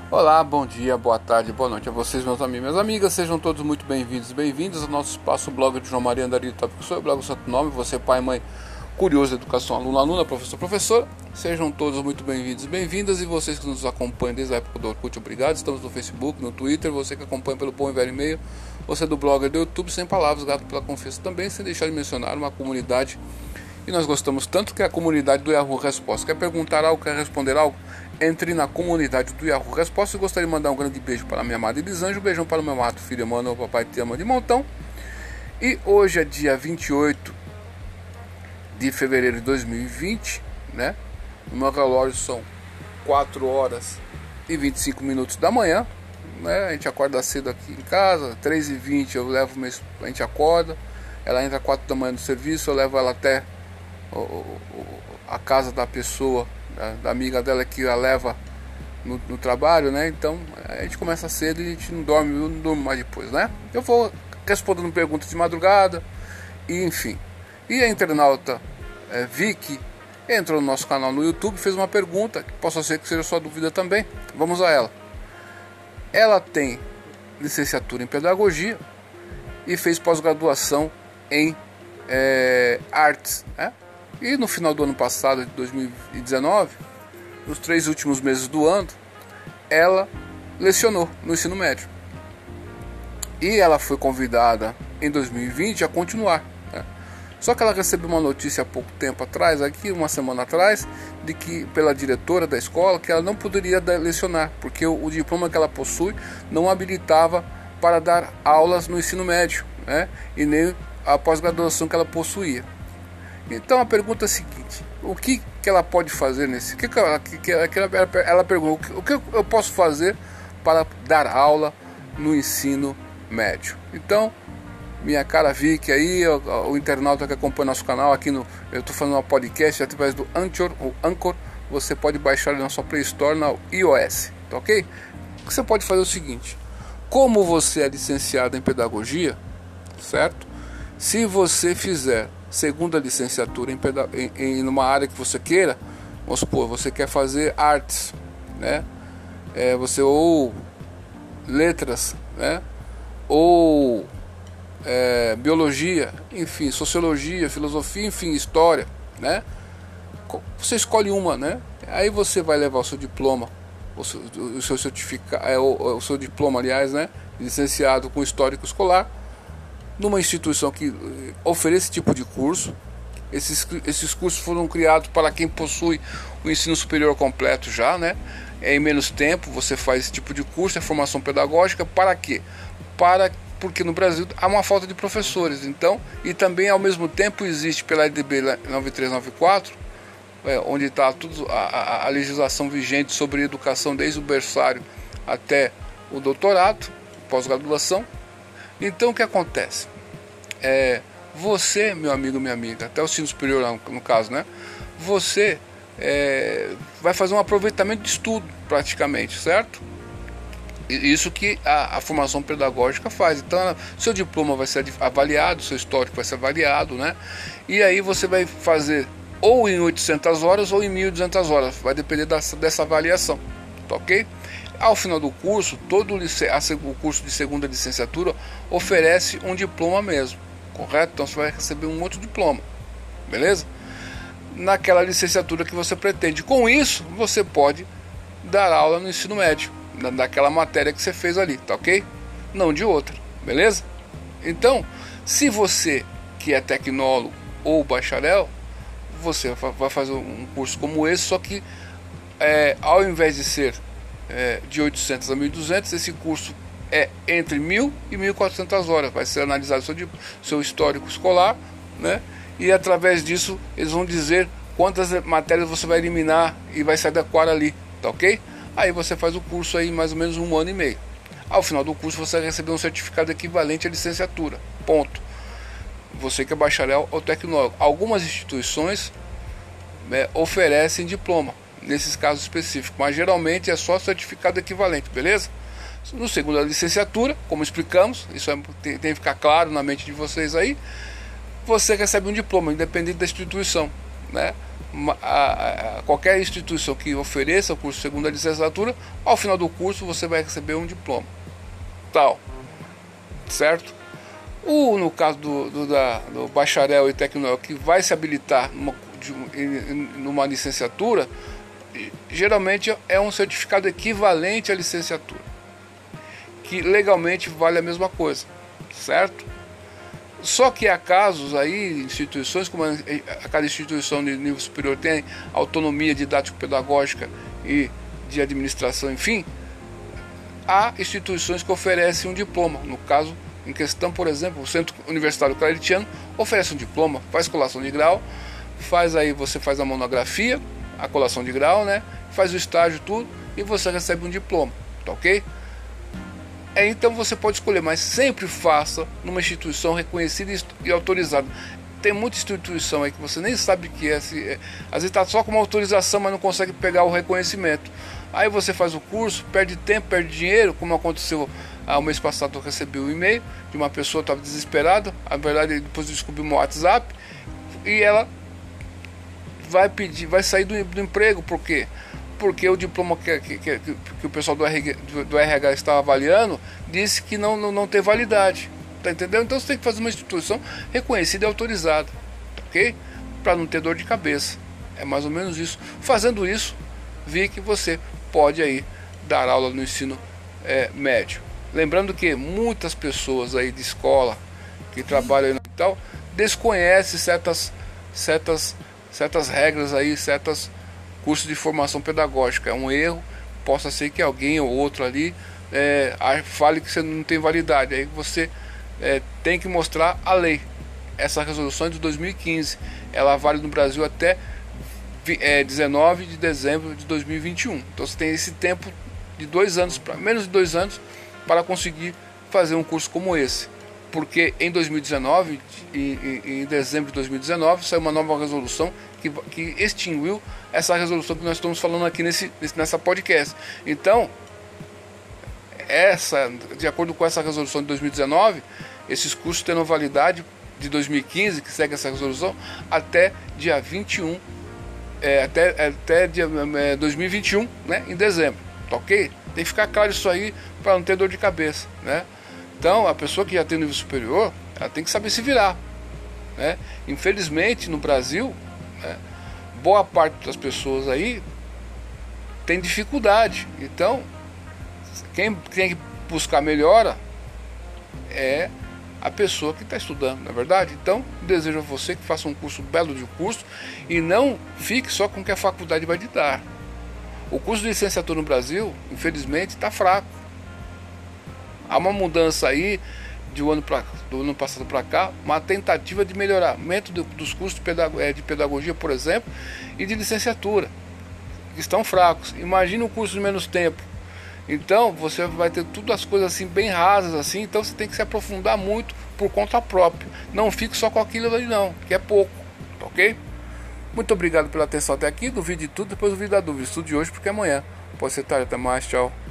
Olá, bom dia, boa tarde, boa noite a vocês, meus amigos e minhas amigas. Sejam todos muito bem-vindos e bem-vindas ao nosso espaço blog de João Maria Andarilho Tópico. Sou o blog do Santo Nome, você pai, mãe, curioso de educação, aluno, aluna, professor, professora. Sejam todos muito bem-vindos e bem-vindas. E vocês que nos acompanham desde a época do Orkut, obrigado. Estamos no Facebook, no Twitter, você que acompanha pelo bom e velho e-mail, você do blogger do YouTube, sem palavras, grato pela confiança também, sem deixar de mencionar uma comunidade. E nós gostamos tanto que é a comunidade do Yahoo Resposta. Quer perguntar algo, quer responder algo? Entre na comunidade do Yahoo Resposta. Eu gostaria de mandar um grande beijo para a minha amada Elisange, um beijão para o meu amado filho Emmanuel, papai te ama de montão. E hoje é dia 28 de fevereiro de 2020, né? No meu relógio são 4 horas e 25 minutos da manhã, né? A gente acorda cedo aqui em casa, 3h20 eu levo, a gente acorda, ela entra às 4 da manhã no serviço, eu levo ela até a casa da pessoa, da amiga dela que a leva no trabalho, né? Então a gente começa cedo e a gente não dorme mais depois, né? Eu vou respondendo perguntas de madrugada, e enfim. E a internauta Vicky entrou no nosso canal no YouTube, fez uma pergunta que possa ser que seja sua dúvida também. Vamos a ela. Ela tem licenciatura em pedagogia e fez pós-graduação em artes, né? E no final do ano passado, de 2019, nos 3 últimos meses do ano, ela lecionou no ensino médio. E ela foi convidada em 2020 a continuar, né? Só que ela recebeu uma notícia há pouco tempo atrás, aqui uma semana atrás, de que pela diretora da escola, que ela não poderia lecionar, porque o diploma que ela possui não habilitava para dar aulas no ensino médio, né? E nem a pós-graduação que ela possuía. Então a pergunta é a seguinte: o que ela pode fazer nesse? Ela pergunta: o que eu posso fazer para dar aula no ensino médio? Então, minha cara Vicky aí, o internauta que acompanha nosso canal aqui eu estou fazendo uma podcast através do Anchor, você pode baixar na sua Play Store na iOS, tá ok? O que você pode fazer é o seguinte: como você é licenciado em pedagogia, certo? Se você fizer segunda licenciatura em uma área que você queira, vamos supor, você quer fazer artes, né? Você ou letras, né? Ou biologia, enfim, sociologia, filosofia, enfim, história, né? Você escolhe uma, né? Aí você vai levar o seu diploma, o seu certificado, o seu diploma, aliás, né? Licenciado com histórico escolar, numa instituição que oferece esse tipo de curso. Esses cursos foram criados para quem possui o ensino superior completo já, né? Em menos tempo você faz esse tipo de curso, é formação pedagógica. Para quê? Porque no Brasil há uma falta de professores, então, e também ao mesmo tempo existe pela LDB 9394, onde está a legislação vigente sobre educação desde o berçário até o doutorado, pós-graduação. Então o que acontece? Você, meu amigo, minha amiga, até o ensino superior no caso, né? Você vai fazer um aproveitamento de estudo praticamente, certo? Isso que a formação pedagógica faz. Então seu diploma vai ser avaliado, seu histórico vai ser avaliado, né? E aí você vai fazer ou em 800 horas ou em 1.200 horas, vai depender dessa avaliação, tá ok? Ao final do curso, o curso de segunda licenciatura oferece um diploma mesmo, correto? Então você vai receber um outro diploma, beleza? Naquela licenciatura que você pretende. Com isso, você pode dar aula no ensino médio, daquela matéria que você fez ali, tá ok? Não de outra, beleza? Então, se você que é tecnólogo ou bacharel, você vai fazer um curso como esse, só que ao invés de ser de 800 a 1.200, esse curso é entre 1.000 e 1.400 horas. Vai ser analisado seu histórico escolar, né? E através disso eles vão dizer quantas matérias você vai eliminar e vai se adequar ali, tá ok? Aí você faz o curso aí mais ou menos 1 ano e meio. Ao final do curso você vai receber um certificado equivalente à licenciatura, ponto. Você que é bacharel ou tecnólogo. Algumas instituições oferecem diploma nesses casos específicos, mas geralmente é só certificado equivalente, beleza? No segunda licenciatura, como explicamos, isso tem que ficar claro na mente de vocês aí, você recebe um diploma, independente da instituição. né, qualquer instituição que ofereça o curso de segunda licenciatura, ao final do curso você vai receber um diploma tal, certo? No caso do bacharel e tecnólogo que vai se habilitar numa licenciatura, geralmente é um certificado equivalente à licenciatura, que legalmente vale a mesma coisa, certo? Só que há casos aí, instituições, como cada instituição de nível superior tem autonomia didático-pedagógica e de administração, enfim, há instituições que oferecem um diploma. No caso em questão, por exemplo, o Centro Universitário Claretiano oferece um diploma, faz colação de grau, você faz a monografia, a colação de grau, né? Faz o estágio, tudo, e você recebe um diploma, tá ok? Então você pode escolher, mas sempre faça numa instituição reconhecida e autorizada. Tem muita instituição aí que você nem sabe o que é, às vezes está só com uma autorização, mas não consegue pegar o reconhecimento. Aí você faz o curso, perde tempo, perde dinheiro, como aconteceu o mês passado. Eu recebi um e-mail de uma pessoa que estava desesperada, na verdade depois eu descobri no WhatsApp, e ela vai sair do emprego. Por quê? Porque o diploma que o pessoal do RH estava avaliando disse que não tem validade, tá entendendo? Então você tem que fazer uma instituição reconhecida e autorizada, ok? Para não ter dor de cabeça. É mais ou menos isso. Fazendo isso, vi que você pode aí dar aula no ensino médio. Lembrando que muitas pessoas aí de escola que trabalham e tal desconhecem certas regras aí, certos cursos de formação pedagógica. É um erro. Possa ser que alguém ou outro ali fale que você não tem validade. Aí você tem que mostrar a lei. Essa resolução é de 2015. Ela vale no Brasil até 19 de dezembro de 2021. Então você tem esse tempo de 2 anos, menos de 2 anos, para conseguir fazer um curso como esse. Porque em 2019, em dezembro de 2019, saiu uma nova resolução que extinguiu essa resolução que nós estamos falando aqui nessa podcast. Então, de acordo com essa resolução de 2019, esses cursos terão validade de 2015, que segue essa resolução, até dia 21, até dia 2021, né, em dezembro, tá ok? Tem que ficar claro isso aí para não ter dor de cabeça, né? Então, a pessoa que já tem nível superior, ela tem que saber se virar, né? Infelizmente, no Brasil, né, boa parte das pessoas aí tem dificuldade. Então, quem tem que buscar melhora é a pessoa que está estudando, não é verdade? Então, desejo a você que faça um curso belo de curso e não fique só com o que a faculdade vai lhe dar. O curso de licenciatura no Brasil, infelizmente, está fraco. Há uma mudança aí do ano passado para cá, uma tentativa de melhoramento dos cursos de pedagogia, por exemplo, e de licenciatura, que estão fracos. Imagina um curso de menos tempo. Então você vai ter tudo as coisas assim bem rasas assim, então você tem que se aprofundar muito por conta própria. Não fique só com aquilo ali não, que é pouco, ok? Muito obrigado pela atenção até aqui. Duvide de tudo, depois duvide da dúvida. Estude hoje porque amanhã pode ser tarde. Até mais, tchau.